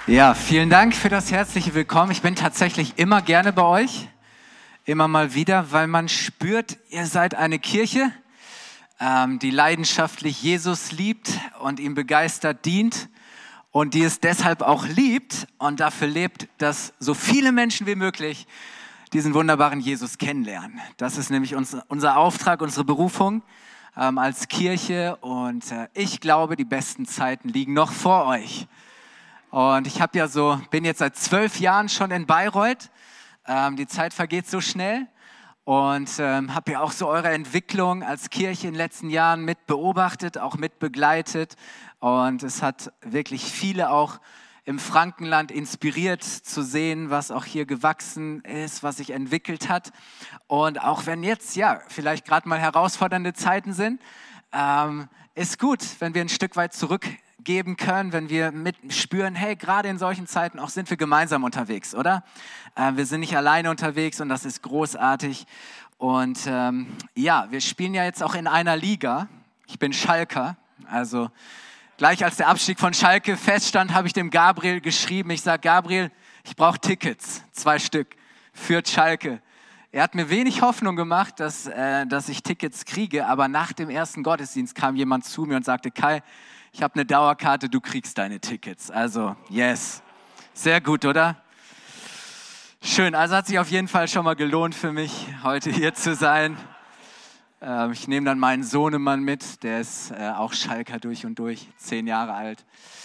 Ja, vielen Dank für das herzliche Willkommen. Ich bin tatsächlich immer gerne bei euch, immer mal wieder, weil man spürt, ihr seid eine Kirche, die leidenschaftlich Jesus liebt und ihm begeistert dient und die es deshalb auch liebt und dafür lebt, dass so viele Menschen wie möglich diesen wunderbaren Jesus kennenlernen. Das ist nämlich unser Auftrag, unsere Berufung als Kirche und ich glaube, die besten Zeiten liegen noch vor euch. Und ich bin jetzt seit 12 Jahren schon in Bayreuth. Die Zeit vergeht so schnell und habe ja auch so eure Entwicklung als Kirche in den letzten Jahren mit beobachtet, auch mit begleitet. Und es hat wirklich viele auch im Frankenland inspiriert zu sehen, was auch hier gewachsen ist, was sich entwickelt hat. Und auch wenn jetzt vielleicht gerade mal herausfordernde Zeiten sind, ist gut, wenn wir ein Stück weit zurückgeben können, wenn wir spüren, hey, gerade in solchen Zeiten auch sind wir gemeinsam unterwegs, oder? Wir sind nicht alleine unterwegs und das ist großartig. Und wir spielen ja jetzt auch in einer Liga. Ich bin Schalker, also gleich als der Abstieg von Schalke feststand, habe ich dem Gabriel geschrieben. Ich sage, Gabriel, ich brauche Tickets, 2 Stück für Schalke. Er hat mir wenig Hoffnung gemacht, dass ich Tickets kriege, aber nach dem ersten Gottesdienst kam jemand zu mir und sagte, Kai, ich habe eine Dauerkarte, du kriegst deine Tickets. Also, yes. Sehr gut, oder? Schön, also hat sich auf jeden Fall schon mal gelohnt für mich, heute hier zu sein. Ich nehme dann meinen Sohnemann mit, der ist auch Schalker durch und durch, 10 Jahre alt.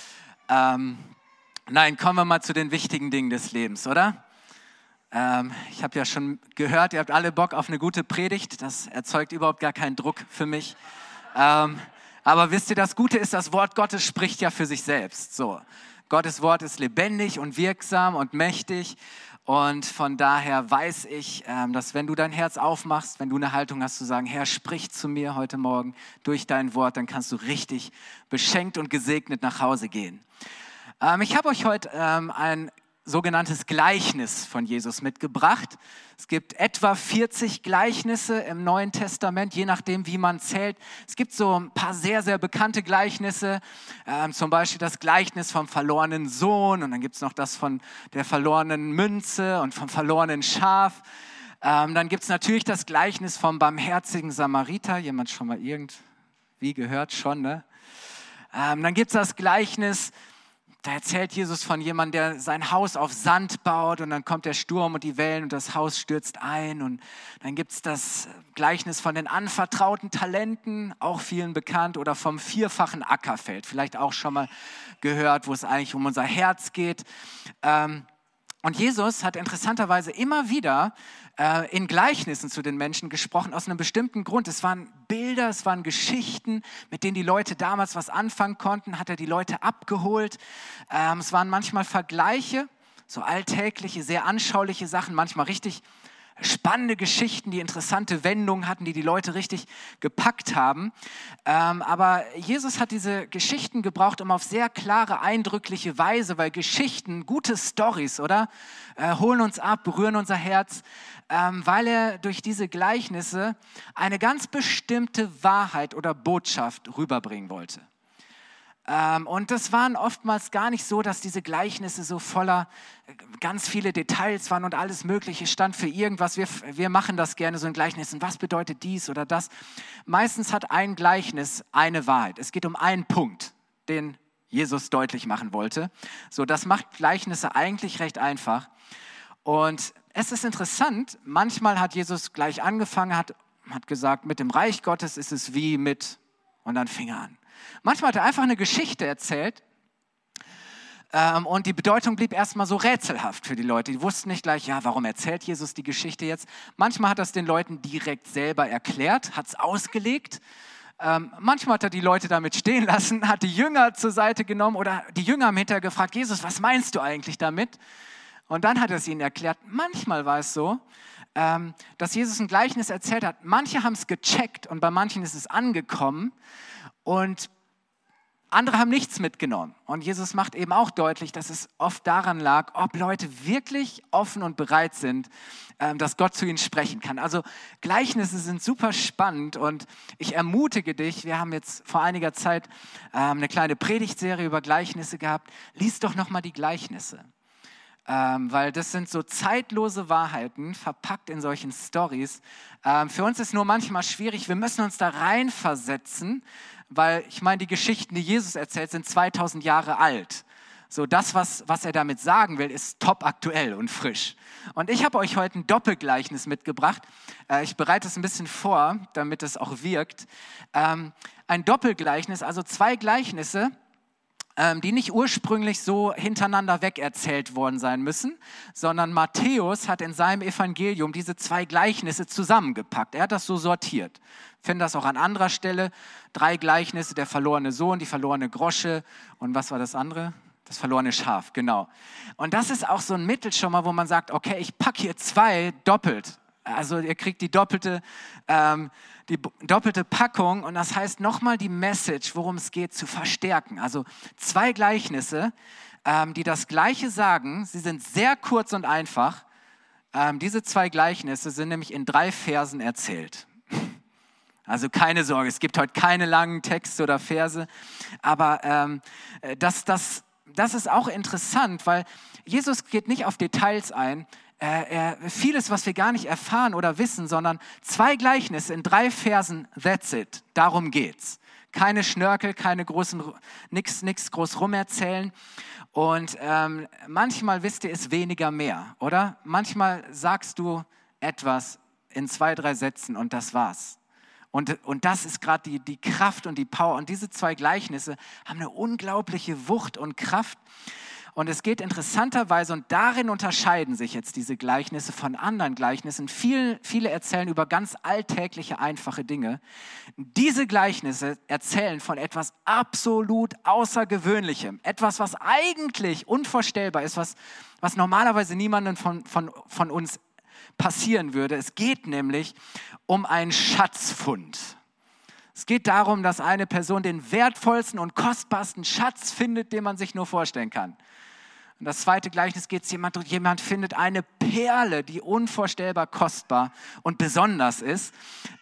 Kommen wir mal zu den wichtigen Dingen des Lebens, oder? Ich habe ja schon gehört, ihr habt alle Bock auf eine gute Predigt. Das erzeugt überhaupt gar keinen Druck für mich. Aber wisst ihr, das Gute ist, das Wort Gottes spricht ja für sich selbst. So, Gottes Wort ist lebendig und wirksam und mächtig. Und von daher weiß ich, dass wenn du dein Herz aufmachst, wenn du eine Haltung hast zu sagen, Herr, sprich zu mir heute Morgen durch dein Wort, dann kannst du richtig beschenkt und gesegnet nach Hause gehen. Ich habe euch heute ein sogenanntes Gleichnis von Jesus mitgebracht. Es gibt etwa 40 Gleichnisse im Neuen Testament, je nachdem, wie man zählt. Es gibt so ein paar sehr, sehr bekannte Gleichnisse, zum Beispiel das Gleichnis vom verlorenen Sohn und dann gibt es noch das von der verlorenen Münze und vom verlorenen Schaf. Dann gibt es natürlich das Gleichnis vom barmherzigen Samariter. Jemand schon mal irgendwie gehört? Schon, ne? Dann gibt es das Gleichnis, da erzählt Jesus von jemandem, der sein Haus auf Sand baut und dann kommt der Sturm und die Wellen und das Haus stürzt ein. Und dann gibt es das Gleichnis von den anvertrauten Talenten, auch vielen bekannt, oder vom 4-fachen Ackerfeld, vielleicht auch schon mal gehört, wo es eigentlich um unser Herz geht. Und Jesus hat interessanterweise immer wieder in Gleichnissen zu den Menschen gesprochen, aus einem bestimmten Grund. Es waren Bilder, es waren Geschichten, mit denen die Leute damals was anfangen konnten, hat er die Leute abgeholt. Es waren manchmal Vergleiche, so alltägliche, sehr anschauliche Sachen, manchmal richtig spannende Geschichten, die interessante Wendungen hatten, die Leute richtig gepackt haben. Aber Jesus hat diese Geschichten gebraucht, um auf sehr klare, eindrückliche Weise, weil Geschichten, gute Storys, oder? Holen uns ab, berühren unser Herz, weil er durch diese Gleichnisse eine ganz bestimmte Wahrheit oder Botschaft rüberbringen wollte. Und das waren oftmals gar nicht so, dass diese Gleichnisse so voller ganz viele Details waren und alles Mögliche stand für irgendwas. Wir machen das gerne so in Gleichnissen. Was bedeutet dies oder das? Meistens hat ein Gleichnis eine Wahrheit. Es geht um einen Punkt, den Jesus deutlich machen wollte. So, das macht Gleichnisse eigentlich recht einfach. Und es ist interessant, manchmal hat Jesus gleich angefangen, hat gesagt, mit dem Reich Gottes ist es wie mit, und dann fing er an. Manchmal hat er einfach eine Geschichte erzählt und die Bedeutung blieb erstmal so rätselhaft für die Leute. Die wussten nicht gleich, warum erzählt Jesus die Geschichte jetzt? Manchmal hat er es den Leuten direkt selber erklärt, hat es ausgelegt. Manchmal hat er die Leute damit stehen lassen, hat die Jünger zur Seite genommen oder die Jünger haben hinterher gefragt, Jesus, was meinst du eigentlich damit? Und dann hat er es ihnen erklärt. Manchmal war es so, dass Jesus ein Gleichnis erzählt hat. Manche haben es gecheckt und bei manchen ist es angekommen. Und andere haben nichts mitgenommen. Und Jesus macht eben auch deutlich, dass es oft daran lag, ob Leute wirklich offen und bereit sind, dass Gott zu ihnen sprechen kann. Also Gleichnisse sind super spannend und ich ermutige dich, wir haben jetzt vor einiger Zeit eine kleine Predigtserie über Gleichnisse gehabt. Lies doch nochmal die Gleichnisse. Weil das sind so zeitlose Wahrheiten, verpackt in solchen Storys. Für uns ist nur manchmal schwierig, wir müssen uns da reinversetzen, weil ich meine, die Geschichten, die Jesus erzählt, sind 2000 Jahre alt. So das, was er damit sagen will, ist top aktuell und frisch. Und ich habe euch heute ein Doppelgleichnis mitgebracht. Ich bereite es ein bisschen vor, damit es auch wirkt. Ein Doppelgleichnis, also zwei Gleichnisse, die nicht ursprünglich so hintereinander weg erzählt worden sein müssen, sondern Matthäus hat in seinem Evangelium diese zwei Gleichnisse zusammengepackt. Er hat das so sortiert. Wir finden das auch an anderer Stelle. 3 Gleichnisse, der verlorene Sohn, die verlorene Grosche und was war das andere? Das verlorene Schaf, genau. Und das ist auch so ein Mittel schon mal, wo man sagt, okay, ich packe hier 2 doppelt. Also ihr kriegt die doppelte Packung und das heißt nochmal die Message, worum es geht, zu verstärken. Also 2 Gleichnisse, die das Gleiche sagen, sie sind sehr kurz und einfach. Diese 2 Gleichnisse sind nämlich in 3 Versen erzählt. Also keine Sorge, es gibt heute keine langen Texte oder Verse, aber das ist auch interessant, weil Jesus geht nicht auf Details ein, vieles, was wir gar nicht erfahren oder wissen, sondern 2 Gleichnisse in 3 Versen, that's it, darum geht's. Keine Schnörkel, keine großen, nix groß rumerzählen. Und manchmal, wisst ihr, ist weniger mehr, oder? Manchmal sagst du etwas in 2, 3 Sätzen und das war's. Und das ist gerade die Kraft und die Power. Und diese 2 Gleichnisse haben eine unglaubliche Wucht und Kraft. Und es geht interessanterweise, und darin unterscheiden sich jetzt diese Gleichnisse von anderen Gleichnissen. Viele erzählen über ganz alltägliche, einfache Dinge. Diese Gleichnisse erzählen von etwas absolut Außergewöhnlichem. Etwas, was eigentlich unvorstellbar ist, was normalerweise niemandem von uns passieren würde. Es geht nämlich um einen Schatzfund. Es geht darum, dass eine Person den wertvollsten und kostbarsten Schatz findet, den man sich nur vorstellen kann. Und das zweite Gleichnis geht es jemand findet eine Perle, die unvorstellbar kostbar und besonders ist.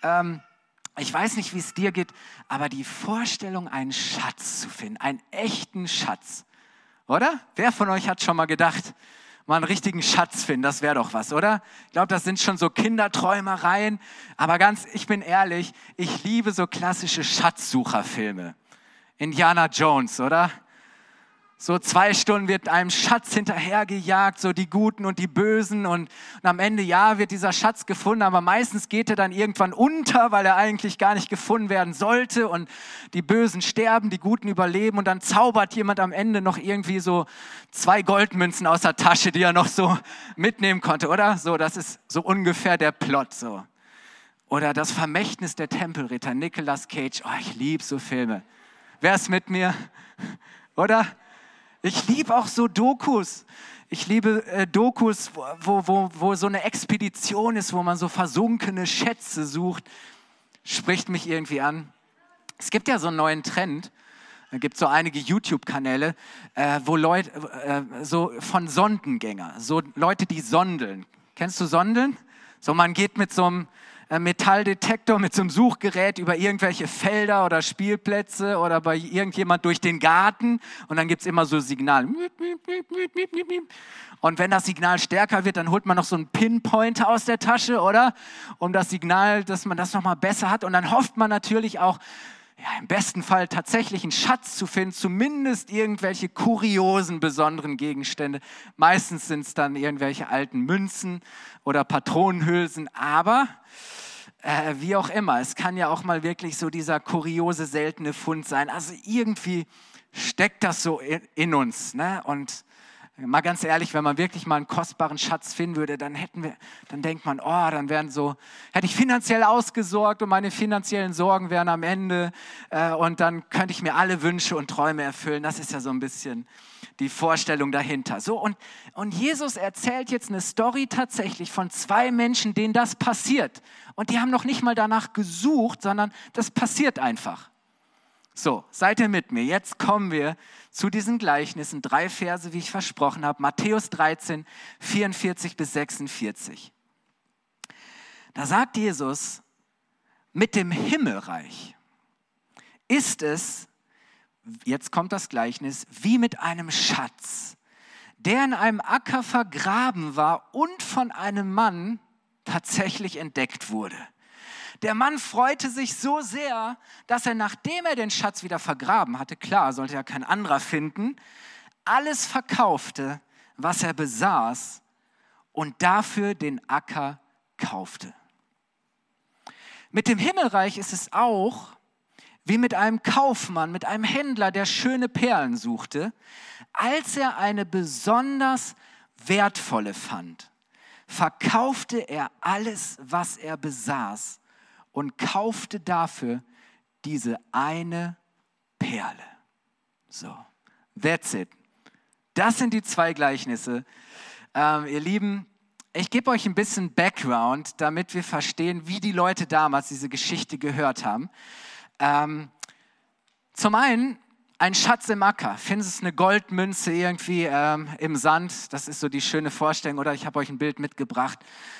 Ich weiß nicht, wie es dir geht, aber die Vorstellung, einen Schatz zu finden, einen echten Schatz, oder? Wer von euch hat schon mal gedacht, mal einen richtigen Schatz finden, das wäre doch was, oder? Ich glaube, das sind schon so Kinderträumereien, aber ich bin ehrlich, ich liebe so klassische Schatzsucherfilme. Indiana Jones, oder? So 2 Stunden wird einem Schatz hinterhergejagt, so die Guten und die Bösen und am Ende, ja, wird dieser Schatz gefunden, aber meistens geht er dann irgendwann unter, weil er eigentlich gar nicht gefunden werden sollte und die Bösen sterben, die Guten überleben und dann zaubert jemand am Ende noch irgendwie so 2 Goldmünzen aus der Tasche, die er noch so mitnehmen konnte, oder? So, das ist so ungefähr der Plot, so. Oder das Vermächtnis der Tempelritter, Nicolas Cage, oh, ich liebe so Filme. Wer ist mit mir? Oder? Ich liebe auch so Dokus. Ich liebe Dokus, wo so eine Expedition ist, wo man so versunkene Schätze sucht. Spricht mich irgendwie an. Es gibt ja so einen neuen Trend. Da gibt es so einige YouTube-Kanäle, wo Leute, so von Sondengänger, so Leute, die sondeln. Kennst du Sondeln? So, man geht mit so einem Metalldetektor, mit so einem Suchgerät über irgendwelche Felder oder Spielplätze oder bei irgendjemand durch den Garten und dann gibt es immer so Signal. Und wenn das Signal stärker wird, dann holt man noch so einen Pinpointer aus der Tasche, oder? Um das Signal, dass man das nochmal besser hat und dann hofft man natürlich auch, ja, im besten Fall tatsächlich einen Schatz zu finden, zumindest irgendwelche kuriosen, besonderen Gegenstände. Meistens sind es dann irgendwelche alten Münzen oder Patronenhülsen, aber wie auch immer, es kann ja auch mal wirklich so dieser kuriose, seltene Fund sein. Also irgendwie steckt das so in uns, ne? Und mal ganz ehrlich, wenn man wirklich mal einen kostbaren Schatz finden würde, dann denkt man, oh, dann hätte ich finanziell ausgesorgt und meine finanziellen Sorgen wären am Ende und dann könnte ich mir alle Wünsche und Träume erfüllen. Das ist ja so ein bisschen die Vorstellung dahinter. So, und Jesus erzählt jetzt eine Story tatsächlich von 2 Menschen, denen das passiert. Und die haben noch nicht mal danach gesucht, sondern das passiert einfach. So, seid ihr mit mir? Jetzt kommen wir zu diesen Gleichnissen, 3 Verse, wie ich versprochen habe. Matthäus 13, 44 bis 46. Da sagt Jesus, mit dem Himmelreich ist es, jetzt kommt das Gleichnis, wie mit einem Schatz, der in einem Acker vergraben war und von einem Mann tatsächlich entdeckt wurde. Der Mann freute sich so sehr, dass er, nachdem er den Schatz wieder vergraben hatte, klar, sollte ja kein anderer finden, alles verkaufte, was er besaß und dafür den Acker kaufte. Mit dem Himmelreich ist es auch wie mit einem Kaufmann, mit einem Händler, der schöne Perlen suchte, als er eine besonders wertvolle fand, verkaufte er alles, was er besaß und kaufte dafür diese eine Perle. So, that's it. Das sind die 2 Gleichnisse. Ihr Lieben, ich gebe euch ein bisschen Background, damit wir verstehen, wie die Leute damals diese Geschichte gehört haben. Zum einen ein Schatz im Acker. Findest du eine Goldmünze irgendwie im Sand? Das ist so die schöne Vorstellung. Oder ich habe euch ein Bild mitgebracht.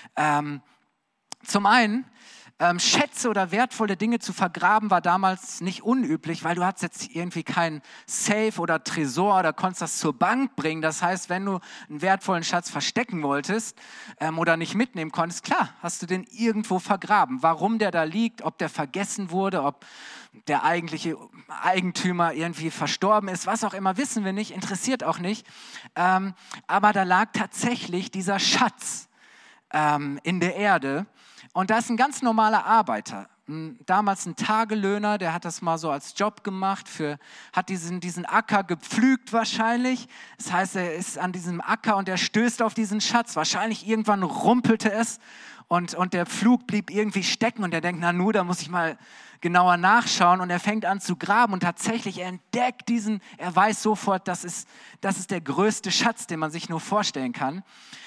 Zum einen Schätze oder wertvolle Dinge zu vergraben war damals nicht unüblich, weil du hattest jetzt irgendwie keinen Safe oder Tresor oder konntest das zur Bank bringen. Das heißt, wenn du einen wertvollen Schatz verstecken wolltest oder nicht mitnehmen konntest, klar, hast du den irgendwo vergraben. Warum der da liegt, ob der vergessen wurde, ob der eigentliche Eigentümer irgendwie verstorben ist, was auch immer, wissen wir nicht, interessiert auch nicht. Aber da lag tatsächlich dieser Schatz in der Erde. Und da ist ein ganz normaler Arbeiter, damals ein Tagelöhner, der hat das mal so als Job gemacht, hat diesen Acker gepflügt wahrscheinlich. Das heißt, er ist an diesem Acker und er stößt auf diesen Schatz. Wahrscheinlich irgendwann rumpelte es und der Pflug blieb irgendwie stecken und er denkt, na nu, da muss ich mal genauer nachschauen. Und er fängt an zu graben und tatsächlich, er entdeckt er weiß sofort, das ist der größte Schatz, den man sich nur vorstellen kann.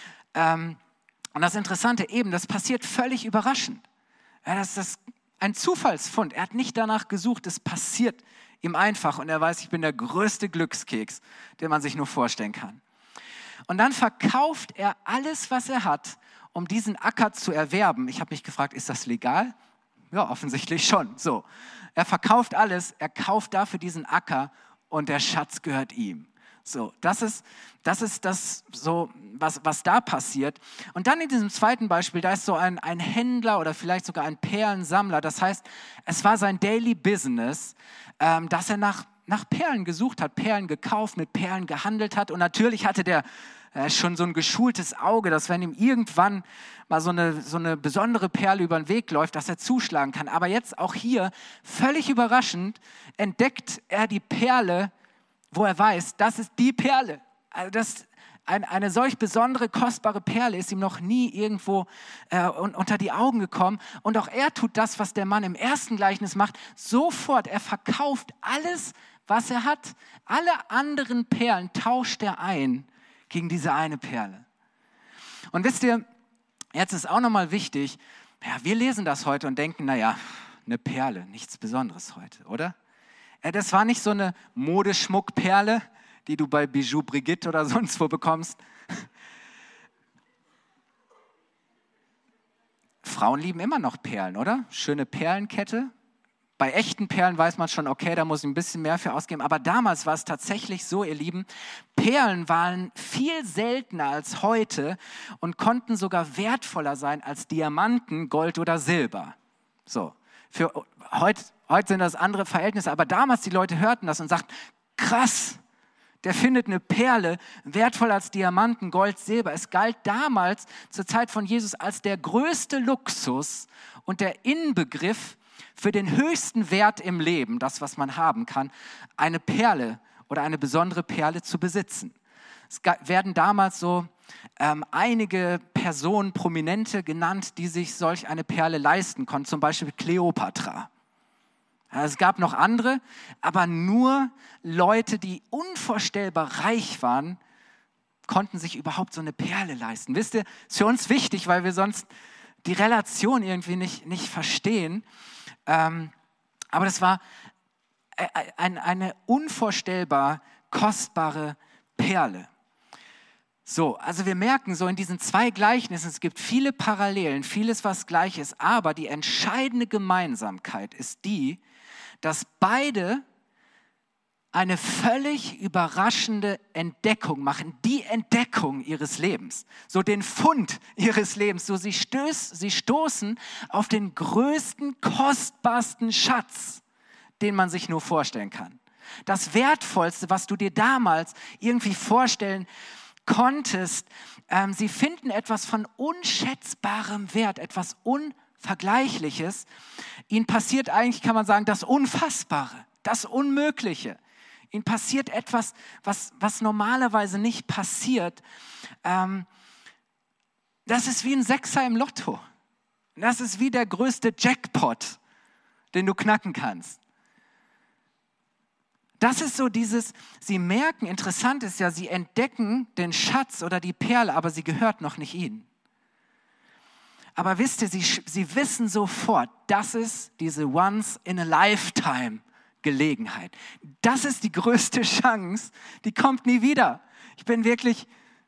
Und das Interessante eben, das passiert völlig überraschend. Ja, das ist ein Zufallsfund. Er hat nicht danach gesucht, es passiert ihm einfach. Und er weiß, ich bin der größte Glückskeks, den man sich nur vorstellen kann. Und dann verkauft er alles, was er hat, um diesen Acker zu erwerben. Ich habe mich gefragt, ist das legal? Ja, offensichtlich schon. So, er verkauft alles, er kauft dafür diesen Acker und der Schatz gehört ihm. So, das ist das so, was da passiert. Und dann in diesem zweiten Beispiel, da ist so ein Händler oder vielleicht sogar ein Perlensammler. Das heißt, es war sein Daily Business, dass er nach Perlen gesucht hat, Perlen gekauft, mit Perlen gehandelt hat. Und natürlich hatte der schon so ein geschultes Auge, dass wenn ihm irgendwann mal so eine besondere Perle über den Weg läuft, dass er zuschlagen kann. Aber jetzt auch hier, völlig überraschend, entdeckt er die Perle, wo er weiß, das ist die Perle. Also eine solch besondere, kostbare Perle ist ihm noch nie irgendwo unter die Augen gekommen. Und auch er tut das, was der Mann im ersten Gleichnis macht. Sofort, er verkauft alles, was er hat. Alle anderen Perlen tauscht er ein gegen diese eine Perle. Und wisst ihr, jetzt ist auch nochmal wichtig, ja, wir lesen das heute und denken, naja, eine Perle, nichts Besonderes heute, oder? Das war nicht so eine Modeschmuckperle, die du bei Bijou Brigitte oder sonst wo bekommst. Frauen lieben immer noch Perlen, oder? Schöne Perlenkette. Bei echten Perlen weiß man schon, okay, da muss ich ein bisschen mehr für ausgeben. Aber damals war es tatsächlich so, ihr Lieben, Perlen waren viel seltener als heute und konnten sogar wertvoller sein als Diamanten, Gold oder Silber. So, für heute sind das andere Verhältnisse, aber damals die Leute hörten das und sagten, krass, der findet eine Perle, wertvoller als Diamanten, Gold, Silber. Es galt damals zur Zeit von Jesus als der größte Luxus und der Inbegriff für den höchsten Wert im Leben, das, was man haben kann, eine Perle oder eine besondere Perle zu besitzen. Es werden damals so einige Personen, Prominente genannt, die sich solch eine Perle leisten konnten, zum Beispiel Kleopatra. Es gab noch andere, aber nur Leute, die unvorstellbar reich waren, konnten sich überhaupt so eine Perle leisten. Wisst ihr, ist für uns wichtig, weil wir sonst die Relation irgendwie nicht verstehen. Aber das war eine unvorstellbar kostbare Perle. So, also wir merken so in diesen zwei Gleichnissen, es gibt viele Parallelen, vieles, was gleich ist, aber die entscheidende Gemeinsamkeit ist die, dass beide eine völlig überraschende Entdeckung machen, die Entdeckung ihres Lebens, so den Fund ihres Lebens, so sie stoßen auf den größten, kostbarsten Schatz, den man sich nur vorstellen kann. Das Wertvollste, was du dir damals irgendwie vorstellen konntest, sie finden etwas von unschätzbarem Wert, etwas Unvergleichliches. Ihnen passiert eigentlich, kann man sagen, das Unfassbare, das Unmögliche. Ihnen passiert etwas, was normalerweise nicht passiert. Das ist wie ein Sechser im Lotto. Das ist wie der größte Jackpot, den du knacken kannst. Das ist so dieses, sie merken, interessant ist ja, sie entdecken den Schatz oder die Perle, aber sie gehört noch nicht ihnen. Aber wisst ihr, sie wissen sofort, das ist diese Once-in-a-Lifetime-Gelegenheit. Das ist die größte Chance, die kommt nie wieder. Ich bin wirklich,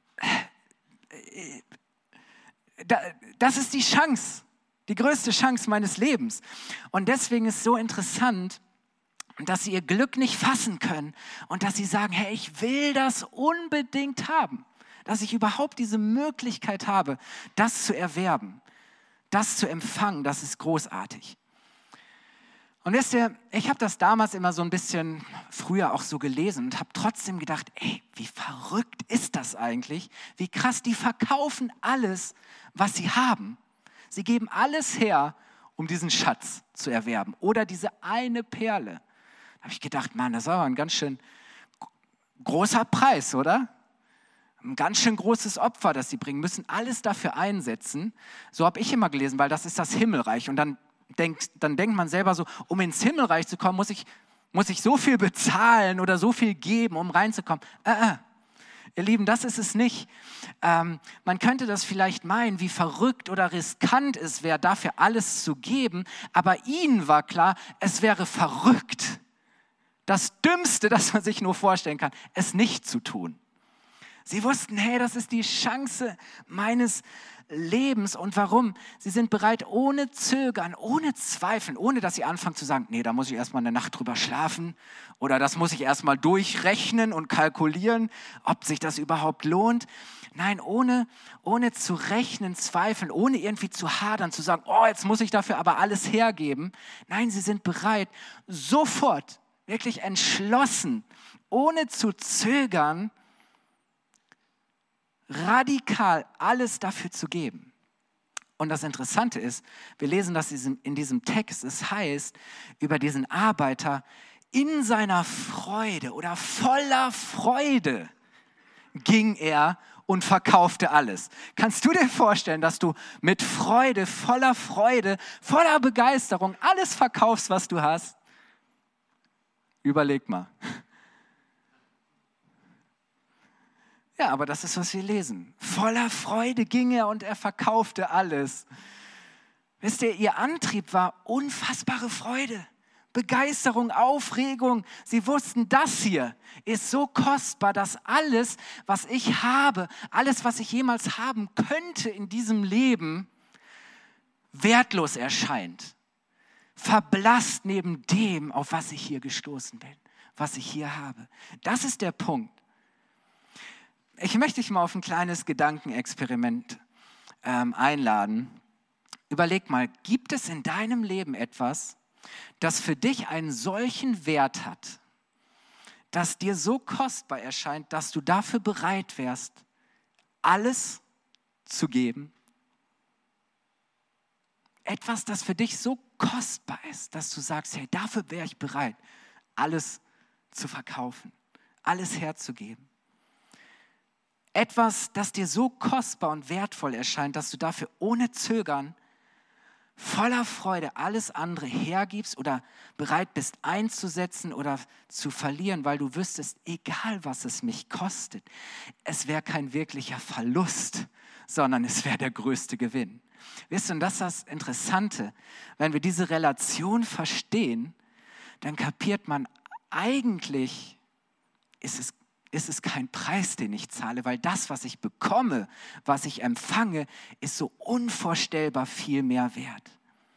das ist die Chance, die größte Chance meines Lebens. Und deswegen ist es so interessant, dass sie ihr Glück nicht fassen können und dass sie sagen, hey, ich will das unbedingt haben, dass ich überhaupt diese Möglichkeit habe, das zu erwerben, das zu empfangen, das ist großartig. Und wisst ihr, ich habe das damals immer so ein bisschen früher auch so gelesen und habe trotzdem gedacht, ey, wie verrückt ist das eigentlich? Wie krass, die verkaufen alles, was sie haben. Sie geben alles her, um diesen Schatz zu erwerben oder diese eine Perle. Da habe ich gedacht, Mann, das ist aber ein ganz schön großer Preis, oder? Ein ganz schön großes Opfer, das sie bringen, müssen alles dafür einsetzen. So habe ich immer gelesen, weil das ist das Himmelreich. Und dann denkt man selber so, um ins Himmelreich zu kommen, muss ich so viel bezahlen oder so viel geben, um reinzukommen. Ihr Lieben, das ist es nicht. Man könnte das vielleicht meinen, wie verrückt oder riskant es wäre, dafür alles zu geben. Aber ihnen war klar, es wäre verrückt. Das Dümmste, das man sich nur vorstellen kann, es nicht zu tun. Sie wussten, hey, das ist die Chance meines Lebens. Und warum? Sie sind bereit, ohne Zögern, ohne Zweifeln, ohne dass sie anfangen zu sagen, nee, da muss ich erstmal eine Nacht drüber schlafen oder das muss ich erstmal durchrechnen und kalkulieren, ob sich das überhaupt lohnt. Nein, ohne zu rechnen, zweifeln, ohne irgendwie zu hadern, zu sagen, oh, jetzt muss ich dafür aber alles hergeben. Nein, sie sind bereit, sofort, wirklich entschlossen, ohne zu zögern, radikal alles dafür zu geben. Und das Interessante ist, wir lesen das in diesem Text, es heißt über diesen Arbeiter, in seiner Freude oder voller Freude ging er und verkaufte alles. Kannst du dir vorstellen, dass du mit Freude, voller Begeisterung alles verkaufst, was du hast? Überleg mal. Ja, aber das ist, was wir lesen. Voller Freude ging er und er verkaufte alles. Wisst ihr, ihr Antrieb war unfassbare Freude, Begeisterung, Aufregung. Sie wussten, das hier ist so kostbar, dass alles, was ich habe, alles, was ich jemals haben könnte in diesem Leben, wertlos erscheint. Verblasst neben dem, auf was ich hier gestoßen bin, was ich hier habe. Das ist der Punkt. Ich möchte dich mal auf ein kleines Gedankenexperiment einladen. Überleg mal, gibt es in deinem Leben etwas, das für dich einen solchen Wert hat, das dir so kostbar erscheint, dass du dafür bereit wärst, alles zu geben? Etwas, das für dich so kostbar ist, dass du sagst, hey, dafür wäre ich bereit, alles zu verkaufen, alles herzugeben. Etwas, das dir so kostbar und wertvoll erscheint, dass du dafür ohne Zögern, voller Freude alles andere hergibst oder bereit bist einzusetzen oder zu verlieren, weil du wüsstest, egal was es mich kostet, es wäre kein wirklicher Verlust, sondern es wäre der größte Gewinn. Wisst ihr, und das ist das Interessante, wenn wir diese Relation verstehen, dann kapiert man, eigentlich ist es kein Preis, den ich zahle, weil das, was ich bekomme, was ich empfange, ist so unvorstellbar viel mehr wert.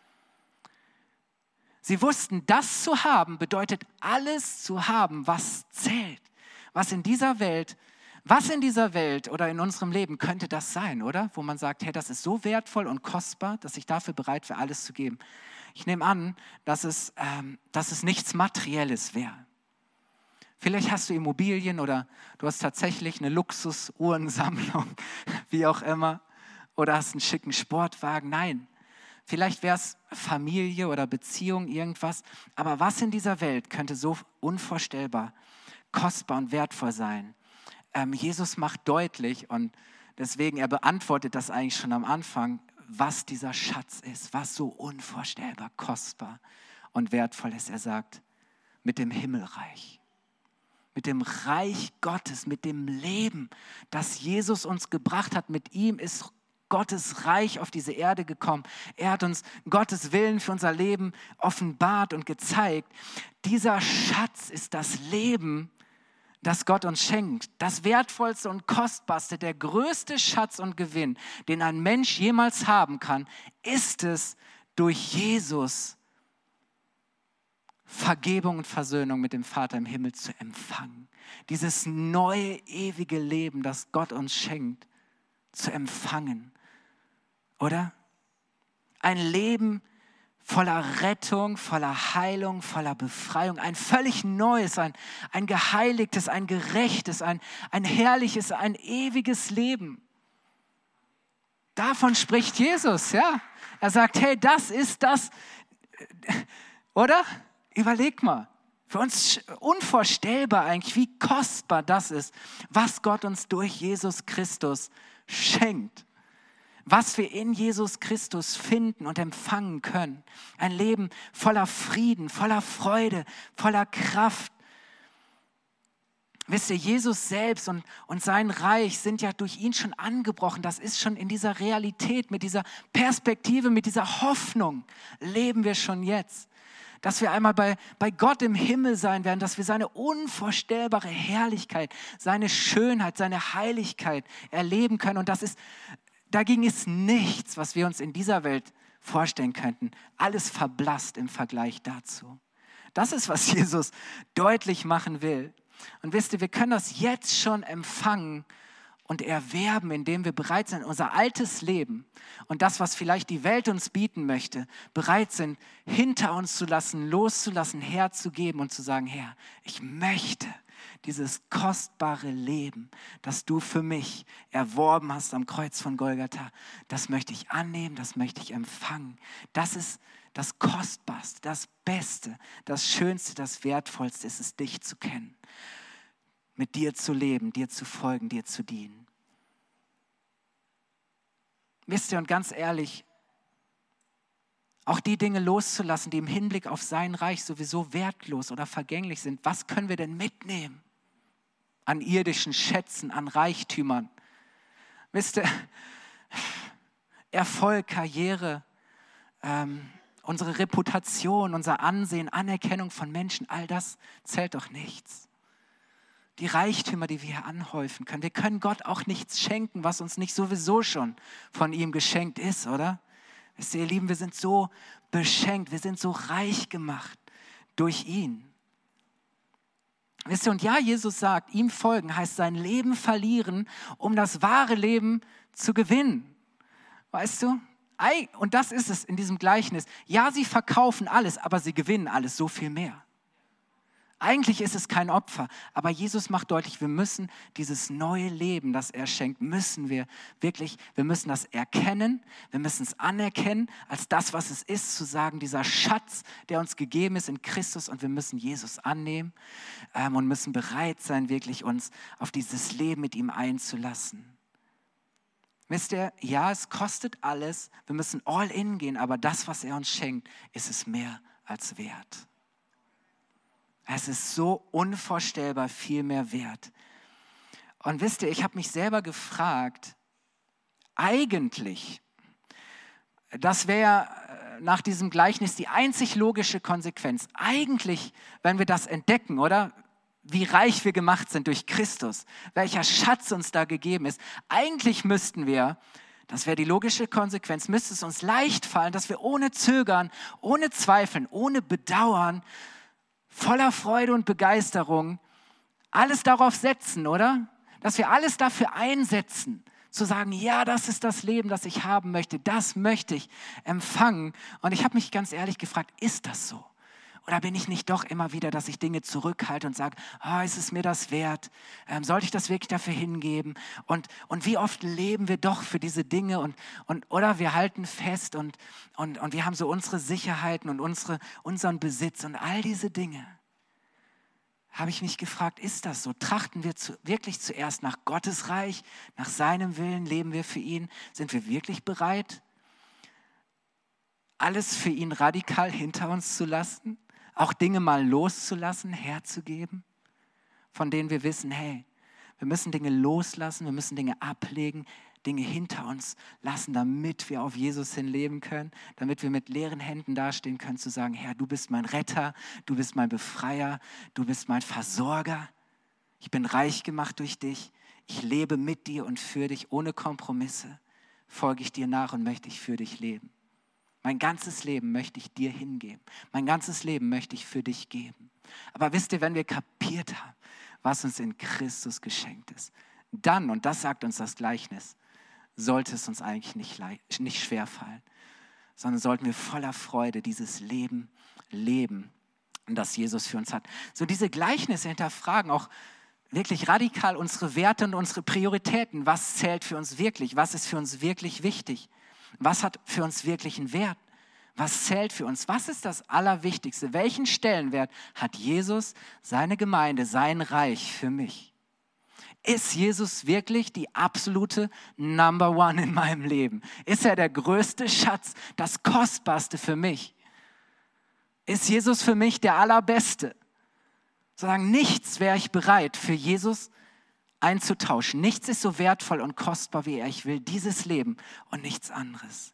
Sie wussten, das zu haben bedeutet alles zu haben, was zählt. Was in dieser Welt oder in unserem Leben könnte das sein, oder? Wo man sagt, hey, das ist so wertvoll und kostbar, dass ich dafür bereit wäre, alles zu geben. Ich nehme an, dass es nichts Materielles wäre. Vielleicht hast du Immobilien oder du hast tatsächlich eine Luxusuhrensammlung, wie auch immer, oder hast einen schicken Sportwagen. Nein, vielleicht wäre es Familie oder Beziehung, irgendwas. Aber was in dieser Welt könnte so unvorstellbar, kostbar und wertvoll sein? Jesus macht deutlich und deswegen, er beantwortet das eigentlich schon am Anfang, was dieser Schatz ist, was so unvorstellbar, kostbar und wertvoll ist. Er sagt, mit dem Himmelreich. Mit dem Reich Gottes, mit dem Leben, das Jesus uns gebracht hat. Mit ihm ist Gottes Reich auf diese Erde gekommen. Er hat uns Gottes Willen für unser Leben offenbart und gezeigt. Dieser Schatz ist das Leben, das Gott uns schenkt. Das wertvollste und kostbarste, der größte Schatz und Gewinn, den ein Mensch jemals haben kann, ist es, durch Jesus Vergebung und Versöhnung mit dem Vater im Himmel zu empfangen. Dieses neue, ewige Leben, das Gott uns schenkt, zu empfangen. Oder? Ein Leben voller Rettung, voller Heilung, voller Befreiung. Ein völlig neues, ein geheiligtes, ein gerechtes, ein herrliches, ein ewiges Leben. Davon spricht Jesus, ja. Er sagt, hey, das ist das, oder? Überleg mal, für uns unvorstellbar eigentlich, wie kostbar das ist, was Gott uns durch Jesus Christus schenkt. Was wir in Jesus Christus finden und empfangen können. Ein Leben voller Frieden, voller Freude, voller Kraft. Wisst ihr, Jesus selbst und sein Reich sind ja durch ihn schon angebrochen. Das ist schon in dieser Realität, mit dieser Perspektive, mit dieser Hoffnung leben wir schon jetzt. Dass wir einmal bei Gott im Himmel sein werden, dass wir seine unvorstellbare Herrlichkeit, seine Schönheit, seine Heiligkeit erleben können. Und dagegen ist nichts, was wir uns in dieser Welt vorstellen könnten. Alles verblasst im Vergleich dazu. Das ist, was Jesus deutlich machen will. Und wisst ihr, wir können das jetzt schon empfangen und erwerben, indem wir bereit sind, unser altes Leben und das, was vielleicht die Welt uns bieten möchte, bereit sind, hinter uns zu lassen, loszulassen, herzugeben und zu sagen, Herr, ich möchte dieses kostbare Leben, das du für mich erworben hast am Kreuz von Golgatha, das möchte ich annehmen, das möchte ich empfangen. Das ist das Kostbarste, das Beste, das Schönste, das Wertvollste ist es, dich zu kennen. Mit dir zu leben, dir zu folgen, dir zu dienen. Wisst ihr, und ganz ehrlich, auch die Dinge loszulassen, die im Hinblick auf sein Reich sowieso wertlos oder vergänglich sind. Was können wir denn mitnehmen an irdischen Schätzen, an Reichtümern? Wisst ihr, Erfolg, Karriere, unsere Reputation, unser Ansehen, Anerkennung von Menschen, all das zählt doch nichts. Die Reichtümer, die wir hier anhäufen können. Wir können Gott auch nichts schenken, was uns nicht sowieso schon von ihm geschenkt ist, oder? Wisst ihr, ihr Lieben, wir sind so beschenkt, wir sind so reich gemacht durch ihn. Wisst ihr, und ja, Jesus sagt, ihm folgen heißt sein Leben verlieren, um das wahre Leben zu gewinnen. Weißt du? Und das ist es in diesem Gleichnis. Ja, sie verkaufen alles, aber sie gewinnen alles so viel mehr. Eigentlich ist es kein Opfer, aber Jesus macht deutlich, wir müssen dieses neue Leben, das er schenkt, wir müssen das erkennen, wir müssen es anerkennen als das, was es ist, zu sagen, dieser Schatz, der uns gegeben ist in Christus, und wir müssen Jesus annehmen und müssen bereit sein, wirklich uns auf dieses Leben mit ihm einzulassen. Wisst ihr, ja, es kostet alles, wir müssen all in gehen, aber das, was er uns schenkt, ist es mehr als wert. Es ist so unvorstellbar viel mehr wert. Und wisst ihr, ich habe mich selber gefragt, eigentlich, das wäre nach diesem Gleichnis die einzig logische Konsequenz. Eigentlich, wenn wir das entdecken, oder? Wie reich wir gemacht sind durch Christus, welcher Schatz uns da gegeben ist. Eigentlich müssten wir, das wäre die logische Konsequenz, müsste es uns leicht fallen, dass wir ohne Zögern, ohne Zweifeln, ohne Bedauern, voller Freude und Begeisterung alles darauf setzen, oder? Dass wir alles dafür einsetzen, zu sagen, ja, das ist das Leben, das ich haben möchte, das möchte ich empfangen. Und ich habe mich ganz ehrlich gefragt, ist das so? Oder bin ich nicht doch immer wieder, dass ich Dinge zurückhalte und sage, ist es mir das wert? Sollte ich das wirklich dafür hingeben? Und wie oft leben wir doch für diese Dinge oder wir halten fest und wir haben so unsere Sicherheiten und unseren Besitz und all diese Dinge. Habe ich mich gefragt, ist das so? Trachten wir wirklich zuerst nach Gottes Reich, nach seinem Willen, leben wir für ihn? Sind wir wirklich bereit, alles für ihn radikal hinter uns zu lassen? Auch Dinge mal loszulassen, herzugeben, von denen wir wissen, hey, wir müssen Dinge loslassen, wir müssen Dinge ablegen, Dinge hinter uns lassen, damit wir auf Jesus hin leben können, damit wir mit leeren Händen dastehen können, zu sagen, Herr, du bist mein Retter, du bist mein Befreier, du bist mein Versorger. Ich bin reich gemacht durch dich, ich lebe mit dir und für dich, ohne Kompromisse, folge ich dir nach und möchte ich für dich leben. Mein ganzes Leben möchte ich dir hingeben. Mein ganzes Leben möchte ich für dich geben. Aber wisst ihr, wenn wir kapiert haben, was uns in Christus geschenkt ist, dann, und das sagt uns das Gleichnis, sollte es uns eigentlich nicht schwerfallen, sondern sollten wir voller Freude dieses Leben leben, das Jesus für uns hat. So diese Gleichnisse hinterfragen auch wirklich radikal unsere Werte und unsere Prioritäten. Was zählt für uns wirklich? Was ist für uns wirklich wichtig? Was hat für uns wirklich einen Wert? Was zählt für uns? Was ist das Allerwichtigste? Welchen Stellenwert hat Jesus, seine Gemeinde, sein Reich für mich? Ist Jesus wirklich die absolute Number One in meinem Leben? Ist er der größte Schatz, das Kostbarste für mich? Ist Jesus für mich der Allerbeste? Sozusagen nichts wäre ich bereit, für Jesus einzutauschen. Nichts ist so wertvoll und kostbar wie er. Ich will dieses Leben und nichts anderes.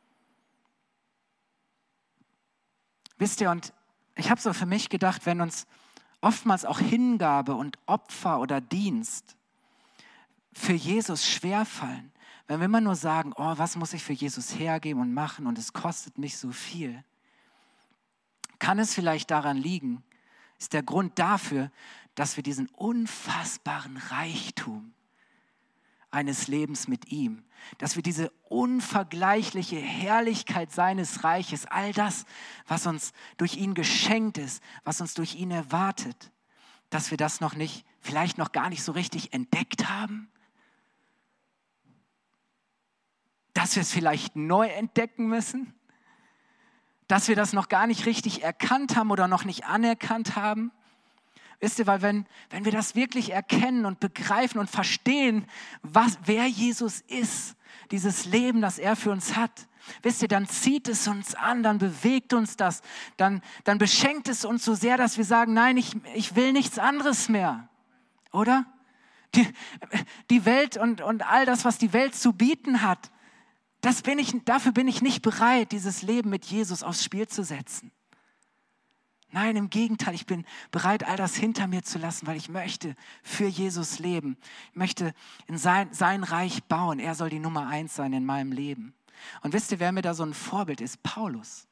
Wisst ihr, und ich habe so für mich gedacht, wenn uns oftmals auch Hingabe und Opfer oder Dienst für Jesus schwerfallen, wenn wir immer nur sagen, was muss ich für Jesus hergeben und machen und es kostet mich so viel, kann es vielleicht daran liegen, ist der Grund dafür, dass wir diesen unfassbaren Reichtum eines Lebens mit ihm, dass wir diese unvergleichliche Herrlichkeit seines Reiches, all das, was uns durch ihn geschenkt ist, was uns durch ihn erwartet, dass wir das vielleicht noch gar nicht so richtig entdeckt haben, dass wir es vielleicht neu entdecken müssen, dass wir das noch gar nicht richtig erkannt haben oder noch nicht anerkannt haben. Wisst ihr, weil wenn wir das wirklich erkennen und begreifen und verstehen, wer Jesus ist, dieses Leben, das er für uns hat, wisst ihr, dann zieht es uns an, dann bewegt uns das, dann beschenkt es uns so sehr, dass wir sagen, nein, ich will nichts anderes mehr, oder? Die Welt und all das, was die Welt zu bieten hat, dafür bin ich nicht bereit, dieses Leben mit Jesus aufs Spiel zu setzen. Nein, im Gegenteil, ich bin bereit, all das hinter mir zu lassen, weil ich möchte für Jesus leben. Ich möchte in sein Reich bauen. Er soll die Nummer 1 sein in meinem Leben. Und wisst ihr, wer mir da so ein Vorbild ist? Paulus.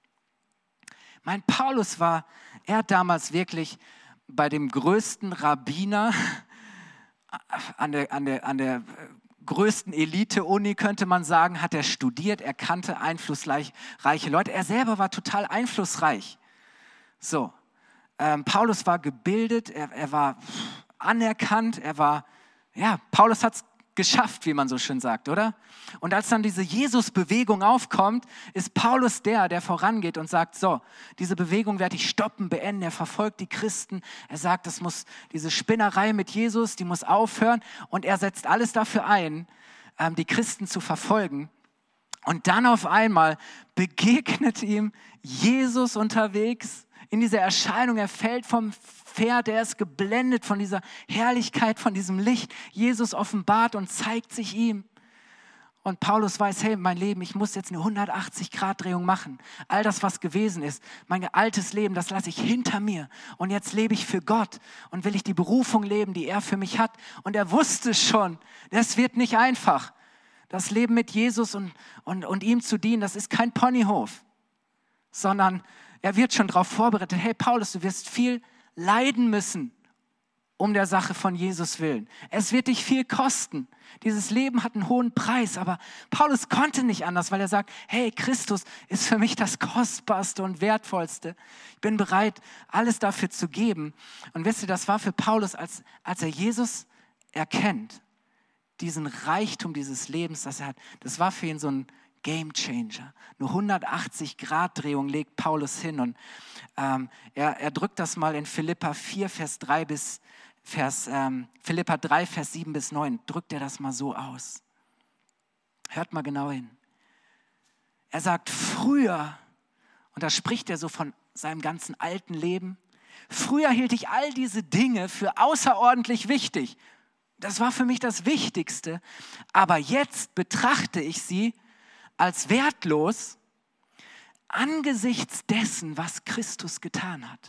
Paulus er hat damals wirklich bei dem größten Rabbiner an der größten Elite-Uni, könnte man sagen, hat er studiert. Er kannte einflussreiche Leute. Er selber war total einflussreich. So, Paulus war gebildet, er war anerkannt, Paulus hat es geschafft, wie man so schön sagt, oder? Und als dann diese Jesus-Bewegung aufkommt, ist Paulus der vorangeht und sagt, so, diese Bewegung werde ich stoppen, beenden. Er verfolgt die Christen, er sagt, diese Spinnerei mit Jesus, die muss aufhören und er setzt alles dafür ein, die Christen zu verfolgen. Und dann auf einmal begegnet ihm Jesus unterwegs, in dieser Erscheinung, er fällt vom Pferd, er ist geblendet von dieser Herrlichkeit, von diesem Licht. Jesus offenbart und zeigt sich ihm. Und Paulus weiß, hey, mein Leben, ich muss jetzt eine 180-Grad-Drehung machen. All das, was gewesen ist, mein altes Leben, das lasse ich hinter mir. Und jetzt lebe ich für Gott und will ich die Berufung leben, die er für mich hat. Und er wusste schon, das wird nicht einfach. Das Leben mit Jesus und ihm zu dienen, das ist kein Ponyhof. Sondern er wird schon darauf vorbereitet, hey Paulus, du wirst viel leiden müssen, um der Sache von Jesus willen. Es wird dich viel kosten. Dieses Leben hat einen hohen Preis, aber Paulus konnte nicht anders, weil er sagt, hey, Christus ist für mich das Kostbarste und Wertvollste. Ich bin bereit, alles dafür zu geben. Und wisst ihr, das war für Paulus, als er Jesus erkennt, diesen Reichtum dieses Lebens, das er hat, das war für ihn so ein Game Changer. Eine 180-Grad-Drehung legt Paulus hin und er drückt das mal in Philippa 4, Philippa 3, Vers 7 bis 9, drückt er das mal so aus. Hört mal genau hin. Er sagt, früher, und da spricht er so von seinem ganzen alten Leben, früher hielt ich all diese Dinge für außerordentlich wichtig. Das war für mich das Wichtigste, aber jetzt betrachte ich sie als wertlos angesichts dessen, was Christus getan hat.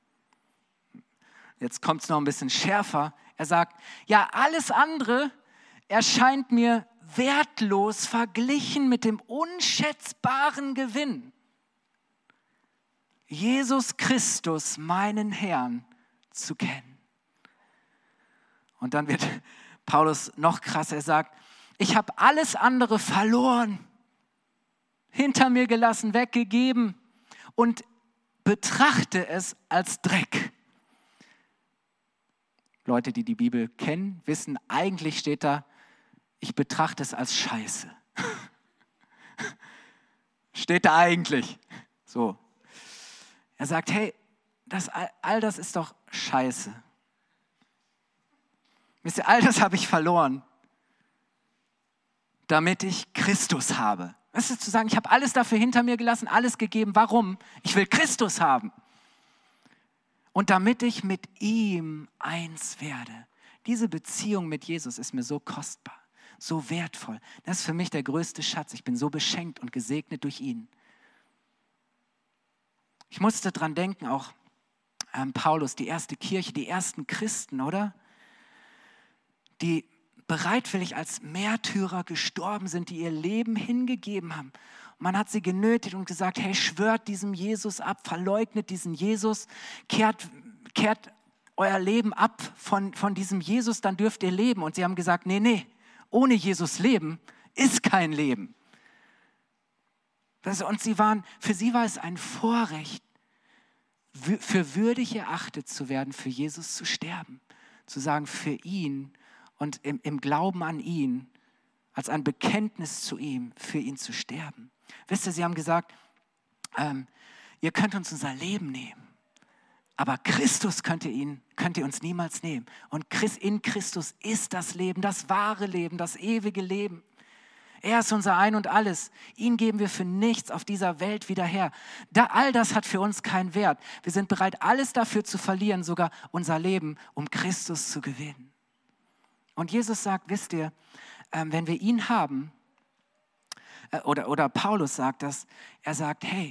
Jetzt kommt es noch ein bisschen schärfer. Er sagt, ja, alles andere erscheint mir wertlos verglichen mit dem unschätzbaren Gewinn, Jesus Christus, meinen Herrn, zu kennen. Und dann wird Paulus noch krasser. Er sagt, ich habe alles andere verloren, hinter mir gelassen, weggegeben und betrachte es als Dreck. Leute, die die Bibel kennen, wissen, eigentlich steht da, ich betrachte es als Scheiße. Steht da eigentlich. So. Er sagt, hey, all das ist doch Scheiße. Wisst ihr, all das habe ich verloren, damit ich Christus habe. Das ist zu sagen, ich habe alles dafür hinter mir gelassen, alles gegeben. Warum? Ich will Christus haben. Und damit ich mit ihm eins werde. Diese Beziehung mit Jesus ist mir so kostbar, so wertvoll. Das ist für mich der größte Schatz. Ich bin so beschenkt und gesegnet durch ihn. Ich musste dran denken, auch Paulus, die erste Kirche, die ersten Christen, oder? Die bereitwillig als Märtyrer gestorben sind, die ihr Leben hingegeben haben. Und man hat sie genötigt und gesagt, hey, schwört diesem Jesus ab, verleugnet diesen Jesus, kehrt euer Leben ab von diesem Jesus, dann dürft ihr leben. Und sie haben gesagt, nee, ohne Jesus leben ist kein Leben. Und für sie war es ein Vorrecht, für würdig erachtet zu werden, für Jesus zu sterben. Zu sagen, für ihn und im Glauben an ihn, als ein Bekenntnis zu ihm, für ihn zu sterben. Wisst ihr, sie haben gesagt, ihr könnt uns unser Leben nehmen, aber Christus könnt ihr uns niemals nehmen. Und in Christus ist das Leben, das wahre Leben, das ewige Leben. Er ist unser Ein und Alles. Ihn geben wir für nichts auf dieser Welt wieder her. All das hat für uns keinen Wert. Wir sind bereit, alles dafür zu verlieren, sogar unser Leben, um Christus zu gewinnen. Und Jesus sagt, wisst ihr, wenn wir ihn haben, oder Paulus sagt das, er sagt, hey,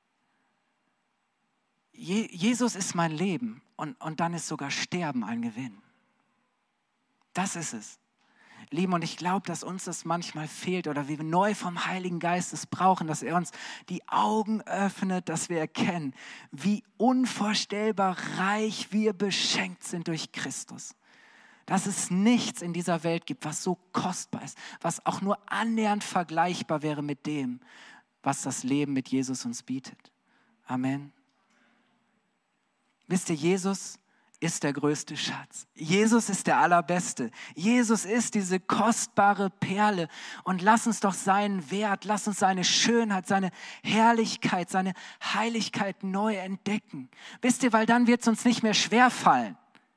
Jesus ist mein Leben und dann ist sogar Sterben ein Gewinn. Das ist es. Lieben, und ich glaube, dass uns das manchmal fehlt oder wir neu vom Heiligen Geist es brauchen, dass er uns die Augen öffnet, dass wir erkennen, wie unvorstellbar reich wir beschenkt sind durch Christus. Dass es nichts in dieser Welt gibt, was so kostbar ist, was auch nur annähernd vergleichbar wäre mit dem, was das Leben mit Jesus uns bietet. Amen. Wisst ihr, Jesus ist der größte Schatz. Jesus ist der Allerbeste. Jesus ist diese kostbare Perle. Und lass uns doch seinen Wert, lass uns seine Schönheit, seine Herrlichkeit, seine Heiligkeit neu entdecken. Wisst ihr, weil dann wird es uns nicht mehr schwerfallen,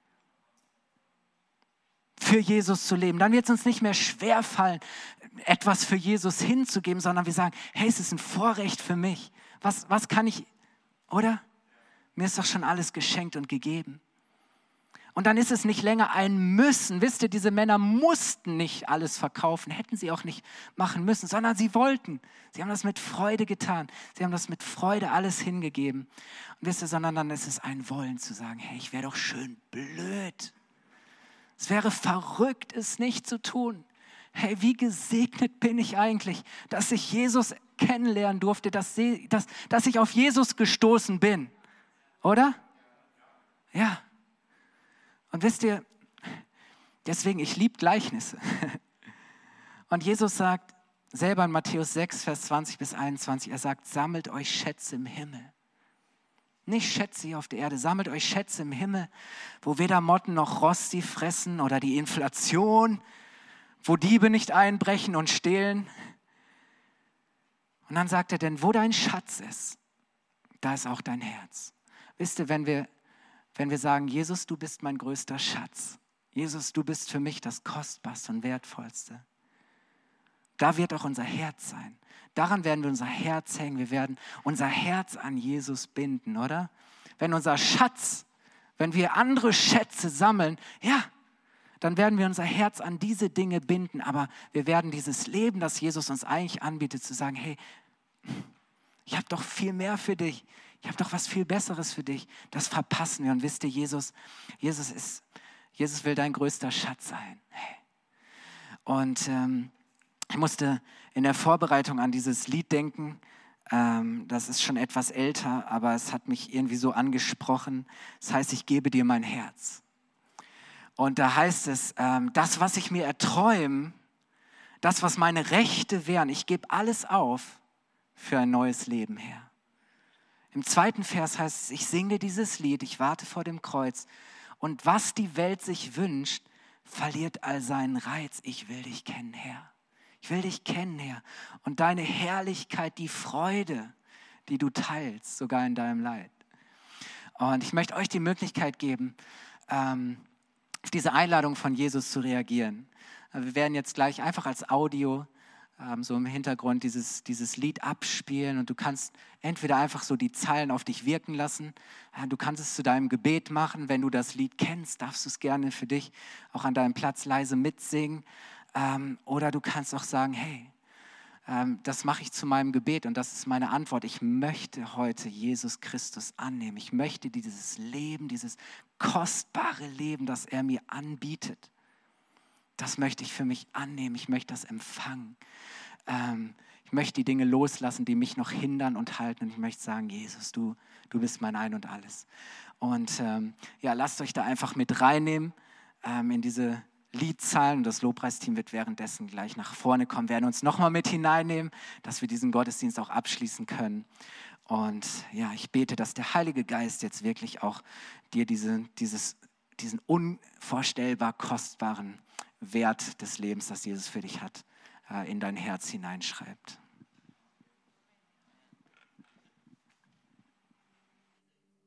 für Jesus zu leben. Dann wird es uns nicht mehr schwerfallen, etwas für Jesus hinzugeben, sondern wir sagen, hey, es ist ein Vorrecht für mich. Was kann ich, oder? Mir ist doch schon alles geschenkt und gegeben. Und dann ist es nicht länger ein Müssen. Wisst ihr, diese Männer mussten nicht alles verkaufen, hätten sie auch nicht machen müssen, sondern sie wollten. Sie haben das mit Freude getan. Sie haben das mit Freude alles hingegeben. Und wisst ihr, sondern dann ist es ein Wollen zu sagen, hey, ich wäre doch schön blöd. Es wäre verrückt, es nicht zu tun. Hey, wie gesegnet bin ich eigentlich, dass ich Jesus kennenlernen durfte, dass ich auf Jesus gestoßen bin. Oder? Ja. Und wisst ihr, deswegen, ich liebe Gleichnisse. Und Jesus sagt selber in Matthäus 6, Vers 20 bis 21, er sagt, sammelt euch Schätze im Himmel. Nicht Schätze hier auf der Erde, sammelt euch Schätze im Himmel, wo weder Motten noch Rost sie fressen oder die Inflation, wo Diebe nicht einbrechen und stehlen. Und dann sagt er, denn wo dein Schatz ist, da ist auch dein Herz. Wisst ihr, wenn wir sagen, Jesus, du bist mein größter Schatz. Jesus, du bist für mich das Kostbarste und Wertvollste. Da wird auch unser Herz sein. Daran werden wir unser Herz hängen. Wir werden unser Herz an Jesus binden, oder? Wenn unser Schatz, wenn wir andere Schätze sammeln, ja, dann werden wir unser Herz an diese Dinge binden. Aber wir werden dieses Leben, das Jesus uns eigentlich anbietet, zu sagen, hey, ich habe doch viel mehr für dich. Ich habe doch was viel Besseres für dich. Das verpassen wir. Und wisst ihr, Jesus will dein größter Schatz sein. Hey. Und ich musste in der Vorbereitung an dieses Lied denken. Das ist schon etwas älter, aber es hat mich irgendwie so angesprochen. Das heißt, ich gebe dir mein Herz. Und da heißt es, das, was ich mir erträume, das, was meine Rechte wären, ich gebe alles auf für ein neues Leben, Herr. Im 2. Vers heißt es, ich singe dir dieses Lied, ich warte vor dem Kreuz. Und was die Welt sich wünscht, verliert all seinen Reiz. Ich will dich kennen, Herr. Ich will dich kennen, Herr. Und deine Herrlichkeit, die Freude, die du teilst, sogar in deinem Leid. Und ich möchte euch die Möglichkeit geben, auf diese Einladung von Jesus zu reagieren. Wir werden jetzt gleich einfach als Audio so im Hintergrund dieses Lied abspielen und du kannst entweder einfach so die Zeilen auf dich wirken lassen, du kannst es zu deinem Gebet machen, wenn du das Lied kennst, darfst du es gerne für dich auch an deinem Platz leise mitsingen, oder du kannst auch sagen, hey, das mache ich zu meinem Gebet und das ist meine Antwort. Ich möchte heute Jesus Christus annehmen. Ich möchte dieses Leben, dieses kostbare Leben, das er mir anbietet, das möchte ich für mich annehmen. Ich möchte das empfangen. Ich möchte die Dinge loslassen, die mich noch hindern und halten. Und ich möchte sagen, Jesus, du bist mein Ein und Alles. Und lasst euch da einfach mit reinnehmen in diese Liedzahlen. Und das Lobpreisteam wird währenddessen gleich nach vorne kommen, werden uns nochmal mit hineinnehmen, dass wir diesen Gottesdienst auch abschließen können. Und ja, ich bete, dass der Heilige Geist jetzt wirklich auch dir diesen unvorstellbar kostbaren Wert des Lebens, das Jesus für dich hat, in dein Herz hineinschreibt.